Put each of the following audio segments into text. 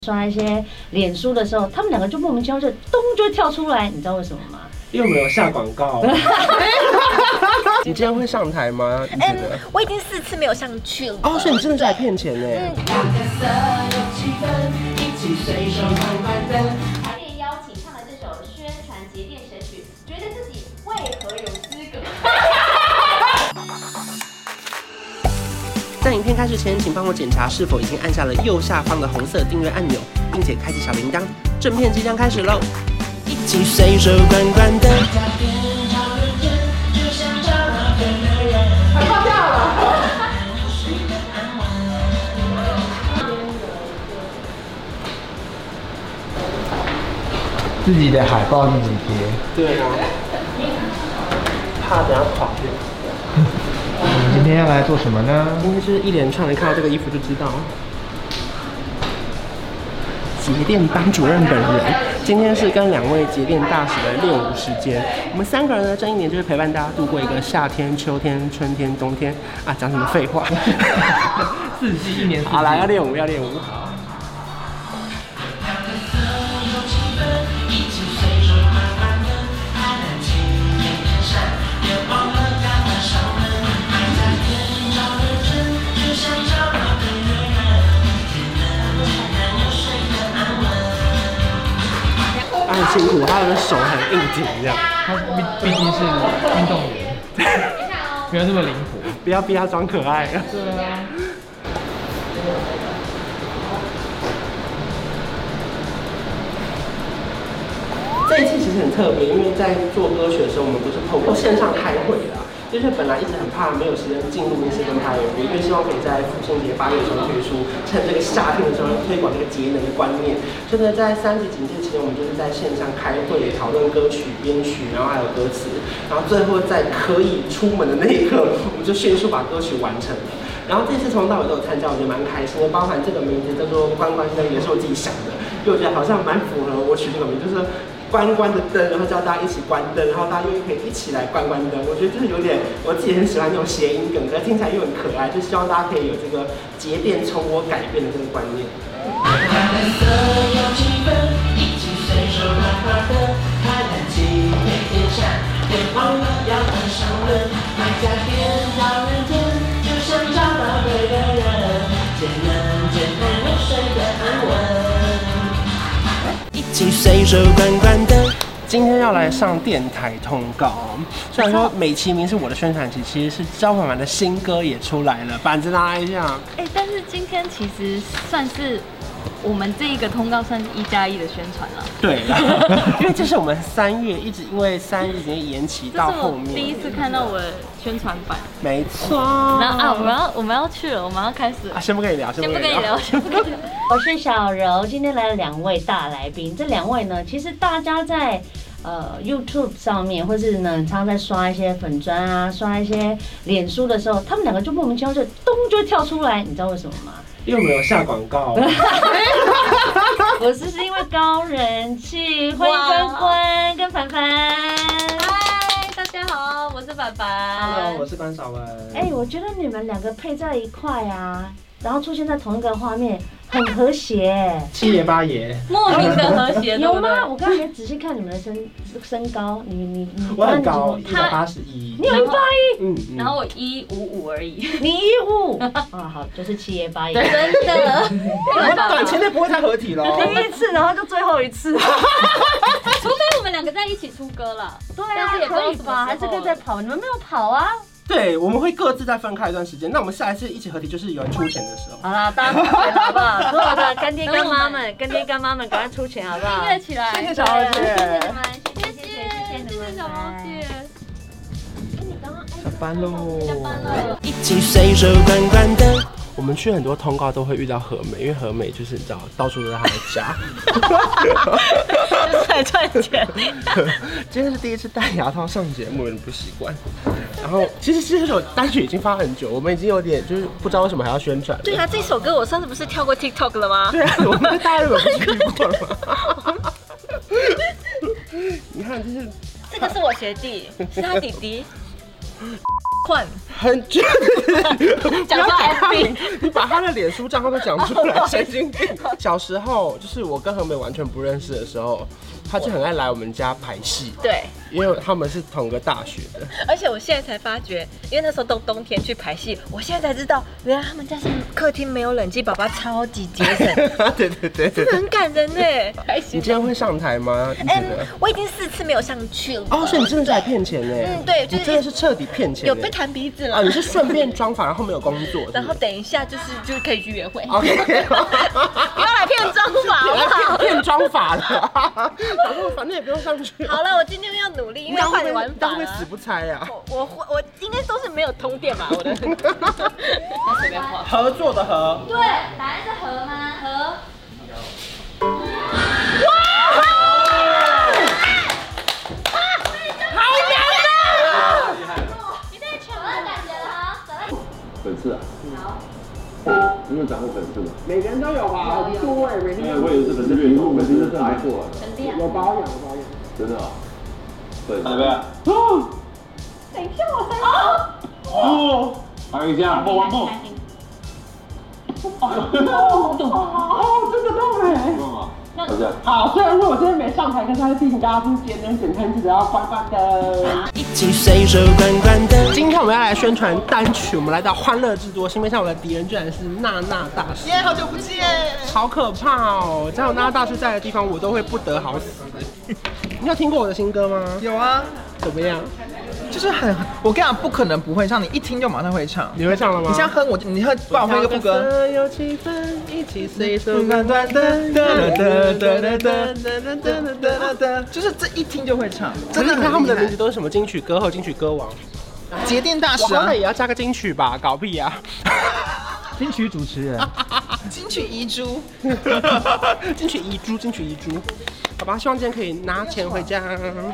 刷一些脸书的时候，他们两个就莫名其妙就咚就会跳出来，你知道为什么吗？ 又没有下广告。你今天会上台吗？你觉得？ 我已经4次没有上去了。 哦，所以你真的是来骗钱呢？ 台电邀请唱了这首宣传节电神曲，觉得自己为何有资格？ 在影片开始前，请帮我检查是否已经按下了右下方的红色订阅按钮，并且开启小铃铛。正片即将开始喽！一起随手关关灯。 快爆掉了！ 自己的海报自己贴。 对啊，怕等下垮掉。 我们今天要来做什么呢？ 今天就是一连串的，看到这个衣服就知道。节电班主任本人，今天是跟2位节电大使的练舞时间。我们3个人呢，这一年就是陪伴大家度过一个夏天、秋天、春天、冬天啊，讲什么废话 4季，1年4季。 好啦，要练舞，要练舞。他很辛苦，他的手很硬挺，这样。 他毕竟是运动员，不要这么灵活。 不要逼他装可爱。 对啊。 这一次其实很特别，因为在做歌曲的时候，我们不是透过线上开会的。就是本来一直很怕没有时间进录音室跟拍 MV， 因为希望可以在父亲节8月的时候推出，趁这个夏天的时候推广这个节能的观念。所以呢，在3级警戒期间，我们就是在线上开会讨论歌曲编曲，然后还有歌词，然后最后在可以出门的那一刻，我们就迅速把歌曲完成了。然后这次从头到尾都有参加，我觉得蛮开心的。包含这个名字叫做“关关灯”，也是我自己想的，因为我觉得好像蛮符合我取这个名字，就是关关的灯，然后叫大家一起关灯，然后大家又可以一起来关关灯。我觉得就是有点，我自己很喜欢那种谐音梗，可是听起来又很可爱，就希望大家可以有这个节电从我改变的这个观念。一起随手关关灯。今天要来上电台通告，虽然说美其名是我的宣传期，其实是焦凡凡的新歌也出来了，板子拿一下。 但是今天其实算是我们这一个通告算是1+1的宣传了。 对啦，因为这是我们3月一直因为3日节延期到后面。 这是我第一次看到我的宣传版。 没错。 然后我们要去了，我们要开始了。 先不跟你聊， 先不跟你聊。 我是小柔，今天来了2位大来宾。这2位呢，其实大家在YouTube 上面，或是呢常常在刷一些粉专啊，刷一些脸书的时候，他们2个就莫名其妙就咚就会跳出来，你知道为什么吗？ 又没有下广告。 不是，是因为高人气，欢迎关关跟凡凡。 嗨，大家好，我是凡凡。 Hello， 我是关韶文。 我觉得你们2个配在一块啊，然后出现在同一个画面，很和谐。 7爷8爷， 莫名的和谐， 有吗？我刚才没仔细看你们的身高，你我很高，181。 你有181， 然后我155而已。 你155啊，好，就是7爷8爷。 真的， 短期内不会再合体喽。 第一次，然后就最后一次。 除非我们2个在一起出歌了。 对啊，可以吧？还是可以再跑，你们没有跑啊？ 对，我们会各自再分开一段时间。那我们下一次一起合体，就是有人出钱的时候。 好啦，大家出钱好不好？所有的干爹干妈们，赶快出钱好不好？ 订阅起来， 谢谢小毛姐， 谢谢你们，谢谢小毛姐。 下班喽， 下班了。 一起随手关关灯。我们去很多通告都会遇到和美，因为和美就是你知道，到处都是她的家， 就是来赚钱。 今天是第一次戴牙套上节目，有点不习惯。然后其实这首单曲已经发很久，我们已经有点就是不知道为什么还要宣传。 对啊，这首歌我上次不是跳过 TikTok 了吗？ 对啊，我们大家有听过了吗？你看，这个是我学弟，是他弟弟。 换。 很久， 讲出来， 你把他的脸书账号都讲出来，神经病。小时候就是我跟何美完全不认识的时候，他就很爱来我们家排戏。 对， 因为他们是同个大学的。 而且我现在才发觉，因为那时候冬天去排戏，我现在才知道，原来他们家是客厅没有冷气，爸爸超级节省。 对， 真的很感人呢。 你今天会上台吗？ 我已经4次没有上去了。 哦，所以你真的是来骗钱呢？ 对， 你真的是彻底骗钱。 有被弹鼻子了。 啊，你是顺便装法，然后没有工作， 然后等一下就可以去约会。 OK， 不要来骗装法好不好？ 骗装法了。然后反正也不用上去。 好了，我今天要努力，因为换玩法了。 会死不猜啊！ 我应该都是没有通电吧？我的。 合作的合。 对，答案是合吗？合。 粉刺啊？你有长过粉刺吗？ 每个人都有吧？对，每个人。 我也是粉刺，粉刺是来过的。有保养。 真的啊？对，哪边？ 哦。等一下，我才哦，还有一下，我玩梦。 真的痛哎！ 痛啊！好像。 好，虽然说我今天没上台，但是还是提醒大家，就是节能减碳，记得要关关灯。一起随手关关灯。今天我们要来宣传单曲，我们来到欢乐之都，新面上我的敌人居然是娜娜大师。 耶，好久不见！ 好可怕哦！只要有娜娜大师在的地方，我都会不得好死。你有听过我的新歌吗？ 有啊。 怎么样？ 就是我跟你讲，不可能不会唱，你一听就马上会唱。 你会唱了吗？ 你现在哼你哼，帮我哼一个副歌。 有气氛，一起随手关关灯， 就是这一听就会唱。 真的，你看他们的名字都是什么金曲歌后、金曲歌王、 节电大师啊！ 那也要加个金曲吧？搞屁啊！ 金曲主持人， 金曲遗珠， 金曲遗珠，金曲遗珠。好吧，希望今天可以拿钱回家。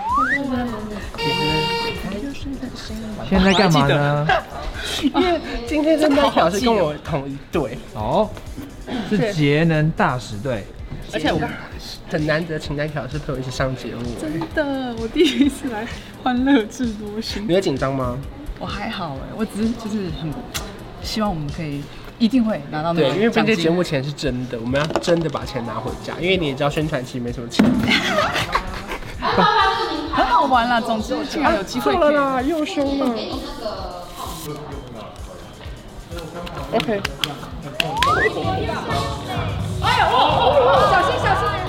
现在干嘛呢？ 因为今天圣诞老师跟我同一队哦，是节能大使队， 而且我很难得请代表是陪我一起上节目。 真的，我第一次来欢乐智多星。 你会紧张吗？ 我还好哎，我只是就是很希望我们可以。一定会拿到那个奖金。 对，因为毕竟节目钱是真的，我们要真的把钱拿回家。因为你也知道，宣传期没什么钱。 很好玩啦，总之竟然有机会。 错了啦，又凶了。OK。 哎呦！小心小心！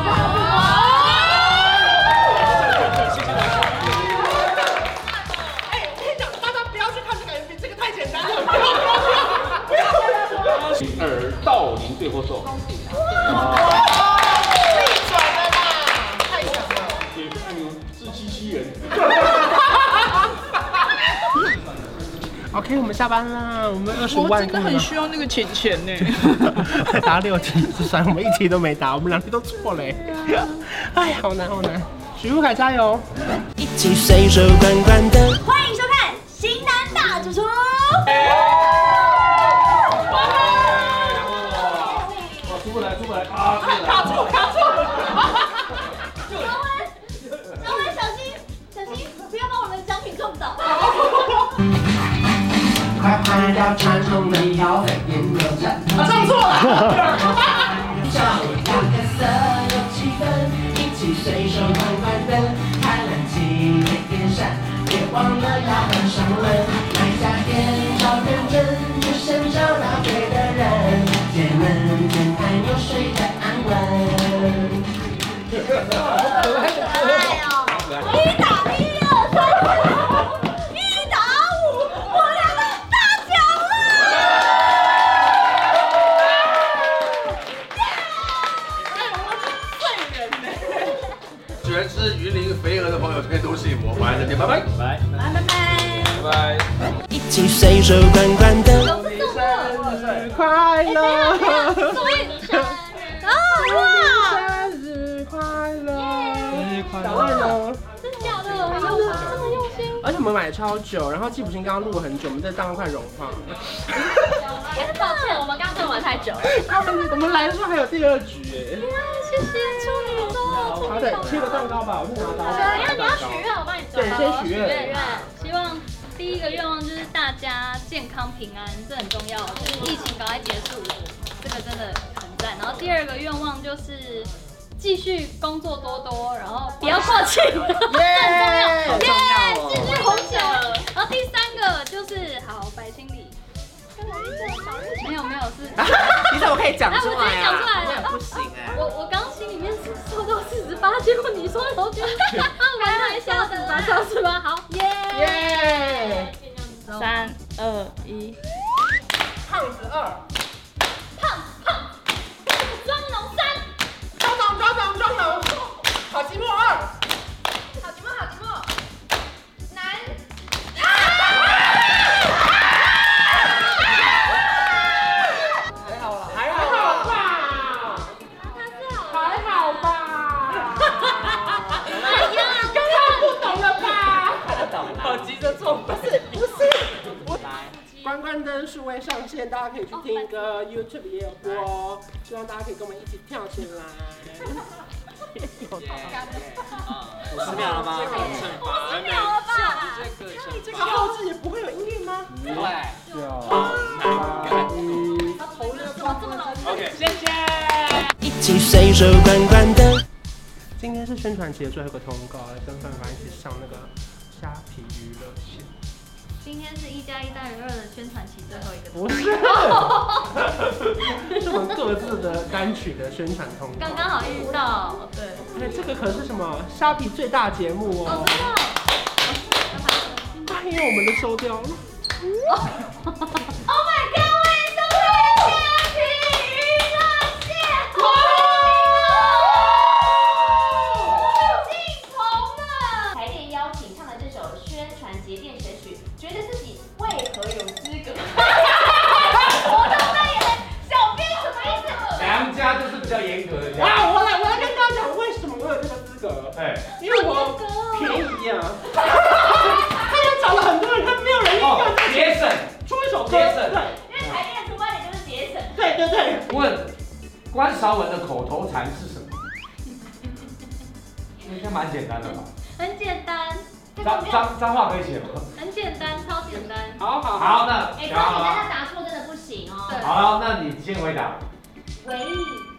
耳道您最后寿。 自己转的啦，太爽了！ 也不能自欺欺人。 OK， 我们下班啦，我们25万。 我真的很需要那个钱呢。 答6题之3，我们1题都没答，我们2题都错嘞。哎，好难好难。许富凯加油！一起随手关关灯。 欢迎收看《型男大主厨》。 出不来啊！ 卡住！小文，小心，不要把我们的奖品撞倒。 快拍掉传统的摇摆电流站。唱错了。照亮颜色有气氛，一起随手关关灯，开冷气别电扇，别忘了要关上门。买家电找认真，只想找到对的人，节能减碳又睡得安稳。 哎呦！1打1、2、3、4、1打5，我拿到大奖了！ 喜欢吃云林肥鹅的朋友可以多信我，晚安再见，拜拜，拜拜。 一起随手关关灯，生日快乐！ 所以生日快乐！ 生日快乐！ 真的假的？这么用心。 而且我们买超久，然后季普星刚刚录了很久，我们这蛋糕快融化了。 抱歉，我们刚刚玩太久了。 我们来的时候还有第2局哎。 谢谢处女座。 好的，切个蛋糕吧，我去拿刀。 因为你要许愿，我帮你抓。 对，先许愿。 希望第一个愿望就是大家健康平安，这很重要，就是疫情赶快结束，这个真的很赞。然后第二个愿望就是继续工作多，然后不要过气，这很重要，继续红起来。然后第三个就是好白清理。没有是， 你怎么可以讲出来啊？ 我直接讲出来了， 不行哎。 我刚心里面是说到48，结果你说的时候觉得开玩笑的啦，笑死吧？好，耶！3、2、1， 胖子2， 胖，装农3， 装农，好寂寞2， 好寂寞，难。 关灯数位上线，大家可以去听歌 ，YouTube 也有播哦。希望大家可以跟我们一起跳起来。 50秒了吗 ？50秒了吧？ 这个后置也不会有音乐吗？ 不会。 他投了这么老。 OK， 谢谢。 一起随手关关灯。 今天是宣传节最后一个通告，跟范范一起上那个虾皮娱乐线。 今天是1+1大于2的宣传期最后一个。 不是，是我们各自的单曲的宣传通告。 刚好遇到，对。 哎，这个可是什么虾皮最大节目哦。因为我们都收掉了。 Oh my god！ 我也收到虾皮娱乐线。进棚了。台电邀请唱了这首宣传节电选曲，觉得自己为何有资格？活动代言人小编什么意思？ 良家就是比较严格的家。 啊，我来跟大家讲为什么我有这个资格。哎，因为我便宜啊。他也找了很多人，他没有人要节省， 出一首歌。 节省。 因为台电的出发点就是节省。 对。 问关韶文的口头禅是什么？应该蛮简单的吧？ 很简单。 脏话可以写吗？ 很简单，超简单。 好，那超简单，他答错真的不行哦。 好，那你先回答。 唯一。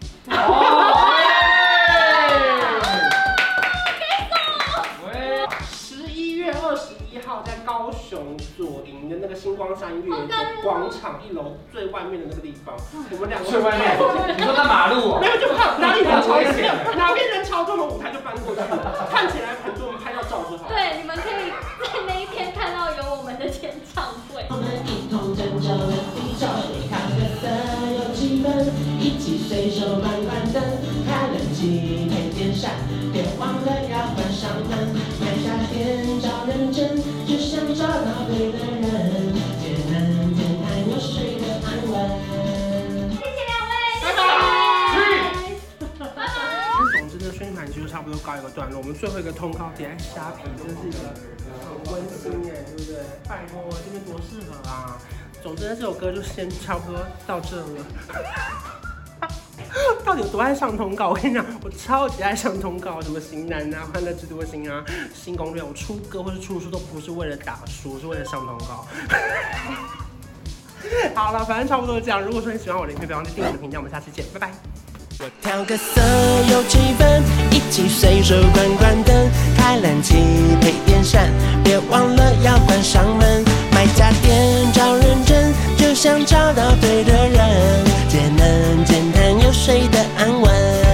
11月21号在高雄左营的那个星光三月广场1楼最外面的那个地方，我们2个最外面，你说在马路哦？ 没有，就怕哪里人潮多，哪边人潮多，我们舞台就搬过去，看起来很多，我们拍到照就好。 对，你们可以在那一天看到有我们的演唱会。 我们一同拯救了地球，看个色有气氛，一起随手关关灯，开冷气配电扇，别忘了要关上门，买家电找认真，只想找到对的人，节能减碳又睡得安稳。 谢谢2位，拜拜。 总之呢，宣传期就差不多告一个段落，我们最后一个通告点在虾皮，真是一个很温馨哎，对不对？拜托，这边多适合啊！总之呢，这首歌就先差不多到这了。到底有多爱上通告？我跟你讲，我超级爱上通告，什么型男啊、欢乐智多星啊、新攻略，我出歌或是出书都不是为了打书，是为了上通告。好了，反正差不多这样。如果说你喜欢我的影片，别忘记订阅我的频道，我们下期见，拜拜。 我调个色有气氛，一起随手关关灯，开冷气配电扇，别忘了要关上门，买家电找认真，就像找到对的人，节能减碳又睡得安稳。